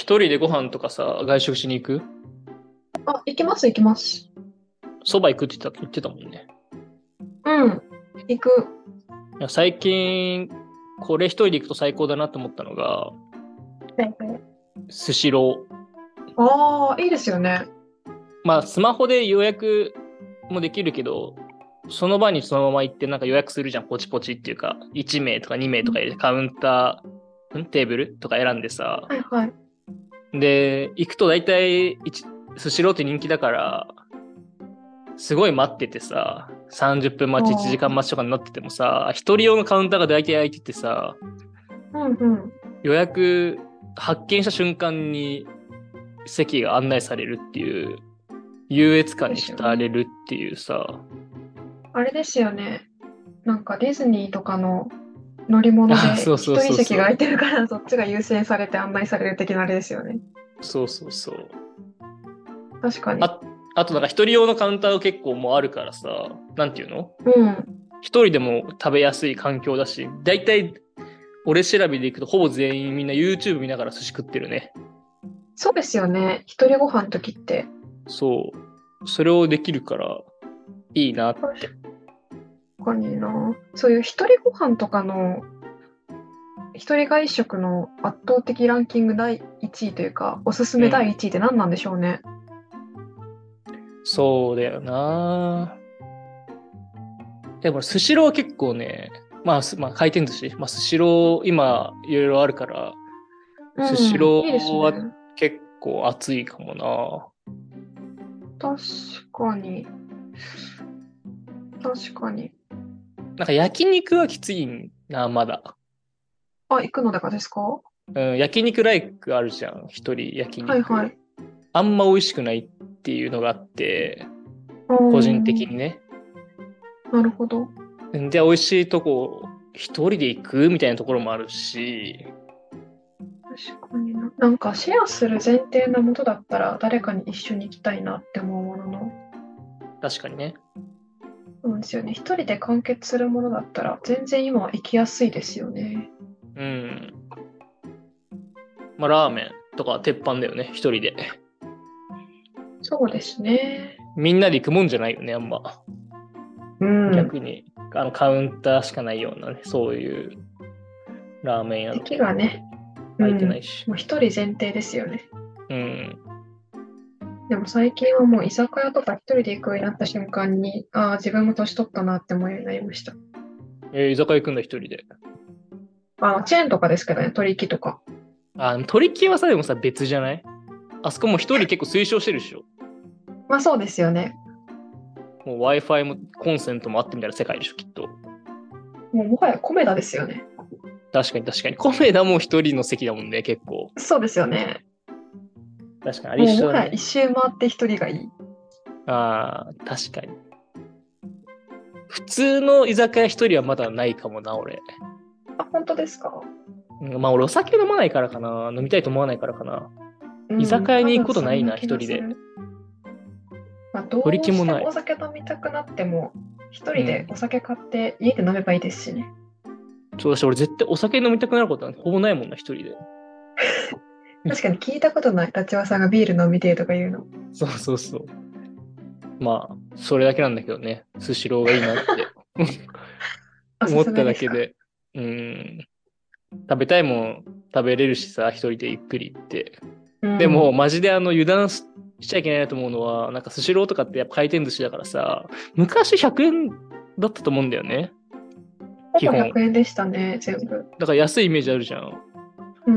一人でご飯とかさ、外食しに行く？ あ、行きます、行きます。 そば行くって言ってたもんね。 うん、行く。 いや最近、これ一人で行くと最高だなと思ったのが、 はいはい。 スシロー。 ああ、いいですよね。 まあ、スマホで予約もできるけど、その場にそのまま行ってなんか予約するじゃん、ポチポチっていうか、1名とか2名とか入れてカウンター、テーブルとか選んでさ、 はいはい。 で、行くと大体、スシローって人気だから、すごい待っててさ、30分あ待ち、1時間待ちとかになっててもさ、一人用のカウンターが大体空いててさ、 あ、うんうん。 予約発見した瞬間に席が案内されるっていう、優越そうで感に浸れすよね。 るっていうさ、 あれですよね。なんかディズニーとかの乗り物あ、 でそうそう一人席が空いそうそう。 てるからそっちが優先されて案内される的なあれですよね。 そうそうそう。 確かに。 あ、あとなんか一人用のカウンターが結構もうあるからさ、なんていうの？ うん。 一人でも食べやすい環境だし、大体俺調べで行くとほぼ全員みんな YouTube 見ながら寿司食ってるね。 そうですよね。一人ご飯の時って。 そう。それをできるからいいなって。 確かにな。そういう一人ご飯とかの一人外食の圧倒的ランキング第1位というか、おすすめ第うん。 1位って何なんでしょうね。 そうだよな。でも、スシローは結構ね、まあ、回転寿司、まあ、スシロー、今、いろいろあるから、スシうん、 ロいいですね。 ーは結構熱いかもな。 確かに、確かに。 なんか焼肉はきついな、まだ。 あ、行くのだかですか？ うん、焼肉ライクあるじゃん、一人焼肉。 はいはい。 あんま美味しくないっていうのがあって、 あ個人的ー、 にね。 なるほど。 で、美味しいとこ、一人で行くみたいなところもあるし、 確かにな。なんかシェアする前提のもとだったら誰かに一緒に行きたいなって思うものの、 確かにね。 そうですよね。一人で完結するものだったら全然今は行きやすいですよね。 うん。まあ、ラーメンとか鉄板だよね、一人で。 そうですね。 みんなで行くもんじゃないよね、あんま。 うん。 逆に、カウンターしかないようなね、そういうラーメン屋だと席がね、う空いてなん。 いし。 もう一人前提ですよね。 うん。 でも最近はもう居酒屋とか一人で行くようになった瞬間に、ああ、自分も年取ったなって思うようになりました。 居酒屋行くんだ、一人で。 チェーンとかですけどね、取引とか。 取り木はさ、でもさ、別じゃない？あそこも一人結構推奨してるでしょ。 まあそうですよね。 もう Wi-Fi もコンセントもあってみたいな世界でしょ、きっと。 もうもはやコメダですよね。 確かに確かに。コメダも一人の席だもんね、結構。 そうですよね。 確かに、あれ一もうもはや一緒だね。 周回って一人がいい。 ああ、確かに。普通の居酒屋一人はまだないかもな、俺。 あ、本当ですか？ まあ俺お酒飲まないからかな。飲みたいと思わないからかな。居うん、 酒屋に行く多分ことないな、 それな気一人で。 がする。まあ、 取りどうして木もない。 もお酒飲みたくなっても、一人でうん。 お酒買って家で飲めばいいですしね。 そうだし、俺絶対お酒飲みたくなることはほぼないもんな、一人で。 確かに聞いたことない、立場さんがビール飲みてえとか言うの。 そうそうそう。まあ、それだけなんだけどね。スシローがいいなっておすす思っためですか？ だけで。うん。食べたいもん食べれるしさ、一人でゆっくり行って。でも、 うん。 マジで油断しちゃいけないなと思うのは、なんかスシローとかってやっぱ回転寿司だからさ、昔100円だったと思うんだよね。 ほぼ基本。 100円でしたね、全部。 だから安いイメージあるじゃん。 うん。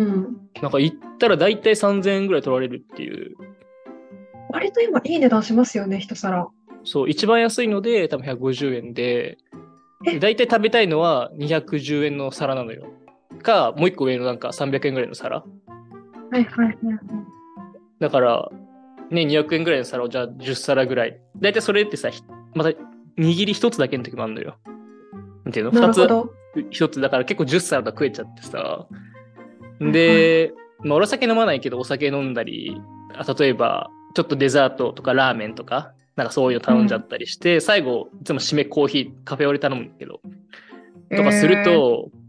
なんか行ったら大体3000円ぐらい取られるっていう。 割と今いい値段しますよね、一皿。 そう、一番安いので多分150円で、 え、 で大体食べたいのは210円の皿なのよ。か、もう一個上のなんか300円ぐらいの皿。 はいはいはい。 だから、ね、200円ぐらいの皿をじゃあ10皿ぐらい。大体それってさ、また握り一つだけの時もあるのよ。なんていうの？二つ、 なるほど。 一つだから結構10皿とか食えちゃってさ。 はいはい。 で、まあ、俺酒飲まないけどお酒飲んだり、例えば、ちょっとデザートとかラーメンとか、なんかそういうの頼んじゃっうん。 たりして、最後、いつも締めコーヒー、カフェオレ頼むんだけど、 えとかするー、 と、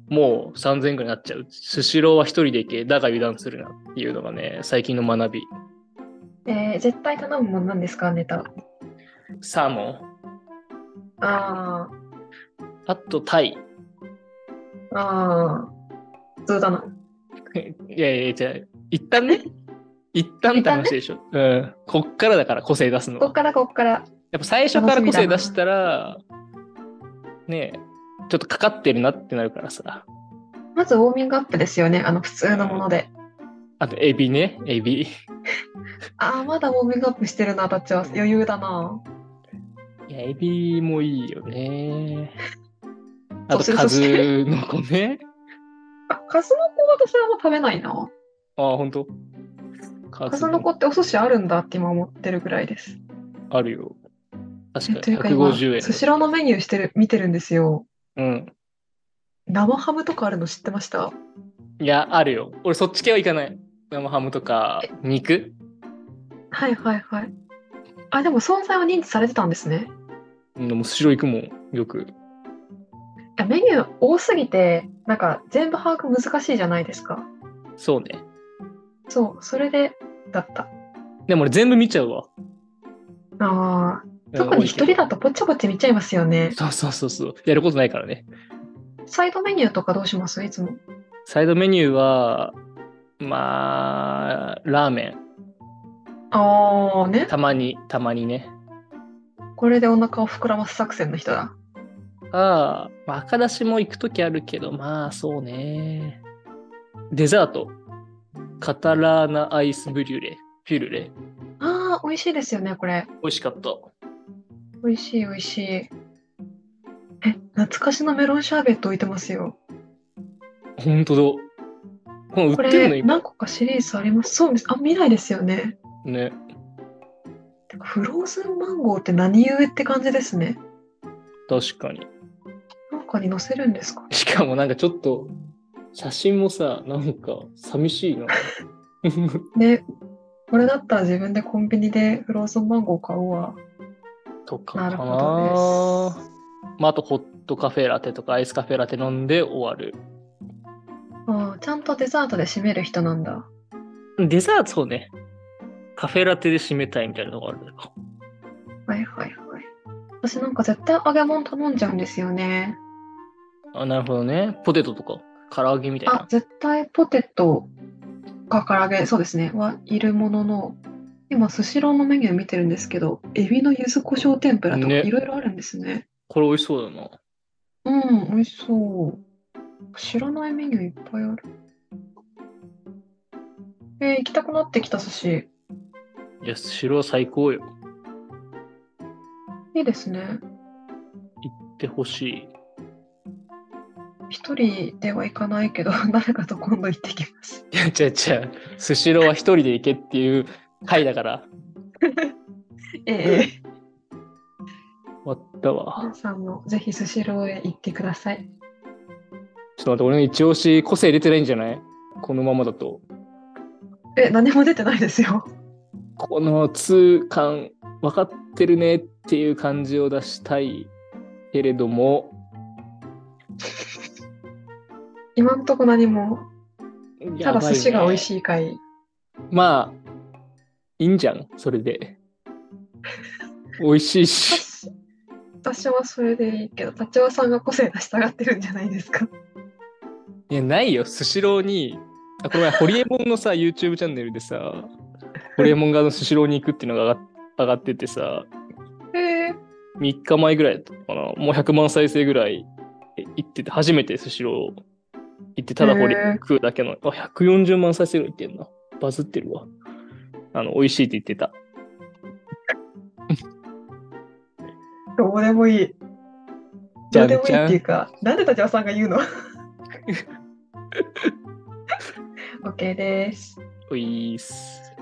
もう3000円ぐらいになっちゃう。スシローは一人で行け、だが油断するなっていうのがね、最近の学び。 絶対頼むもんなんですか、ネタ。 サーモン。 ああとタイ。 あ、ああ、普通だな。 いやいや、じゃあ、一旦ね、一旦って話でしょ。うん。こっからだから個性出すのは。 こっから。 やっぱ最初から個性出したら、ねえ、ちょっとかかってるなってなるからさ。 まずウォーミングアップですよね、普通のもので。 あと、エビね、エビ。 ああ、まだウォーミングアップしてるな、たちは。余裕だな。 いや、エビもいいよね。あと、 そして数の子ね。 数の子私はもう食べないな。 ああ、ほんと数の子ってお寿司あるんだって今思ってるぐらいです。 あるよ。確かに、 というか今、 150円スシローのメニュー見てるんですよ。 うん。 生ハムとかあるの知ってました？ いや、あるよ。俺、そっち系はいかない。生ハムとか、肉はいはいはい。あ、でも存在は認知されてたんですね。 でも、スシロー行くもん、よく。 メニュー多すぎて、なんか全部把握難しいじゃないですか。 そうね。 そう、それでだった。 でも俺全部見ちゃうわ。 ああ、特に一人だとぽちぽち見ちゃいますよね。 そうそうそうそう。やることないからね。 サイドメニューとかどうしますいつも？ サイドメニューは、まあ、ラーメン。 ああね。 たまにね。 これでお腹を膨らます作戦の人だ。 まあ、赤だしも行くときあるけど、まあ、そうね。デザート。カタラーナアイスピュルレ。 ああ、美味しいですよね、これ。 美味しかった。 美味しい、美味しい。懐かしのメロンシャーベット置いてますよ。 ほんとだ。この売っこてるの今。 れ何個かシリーズあります。そうです。あ、見ないですよね。 ね。 てかフローズンマンゴーって何故って感じですね。 確かに。 なんかに載せるんですか？ しかもなんかちょっと、写真もさ、なんか寂しいな。 ね、これだったら自分でコンビニでフローズンマンゴー買うわ。 とかかなるほどな。まあ、あとホットカフェラテとかアイスカフェラテ飲んで終わる。 ああ、ちゃんとデザートで締める人なんだ。 デザートそうね。カフェラテで締めたいみたいなのがある。 はいはいはい。私なんか絶対揚げ物頼んじゃうんですよね。 あ、なるほどね。ポテトとか、唐揚げみたいな。 絶対ポテトか唐揚げ、そうですね、はいるものの、今、スシローのメニュー見てるんですけど、エビの柚子胡椒天ぷらとかいね。 ろいろあるんですね。 これ美味しそうだな。 うん、美味しそう。知らないメニューいっぱいある。行きたくなってきた寿司。 いや、スシロー最高よ。 いいですね。 行ってほしい。 一人では行かないけど、誰かと今度行ってきます。 いや、違う。スシローは一人で行けっていう回だから。 ええ。 終わったわ。 皆さんもぜひスシローへ行ってください。 ちょっと待って、俺の一押し個性出てないんじゃない？このままだと。 何も出てないですよ。 この痛感、分かってるねっていう感じを出したいけれども。 今んとこ何も。ただ寿司が美味い。 しい回。 まあ、いいんじゃん、それで。美味しいし。 私はそれでいいけど、立場さんが個性出したがってるんじゃないですか。 いや、ないよ、スシローに。この前、ホリエモンのさ、YouTube チャンネルでさ、ホリエモンがスシローに行くっていうのが上がっててさ、3日前ぐらいだったのかな。もう100万再生ぐらい行ってて、初めてスシロー行って、ただホリ食うだけの、140万再生ぐらい行ってんな。バズってるわ。美味しいって言ってた。 どうでもいい。どうでもいいっていうか、なんで立場さんが言うの？ OK です。 おいーす。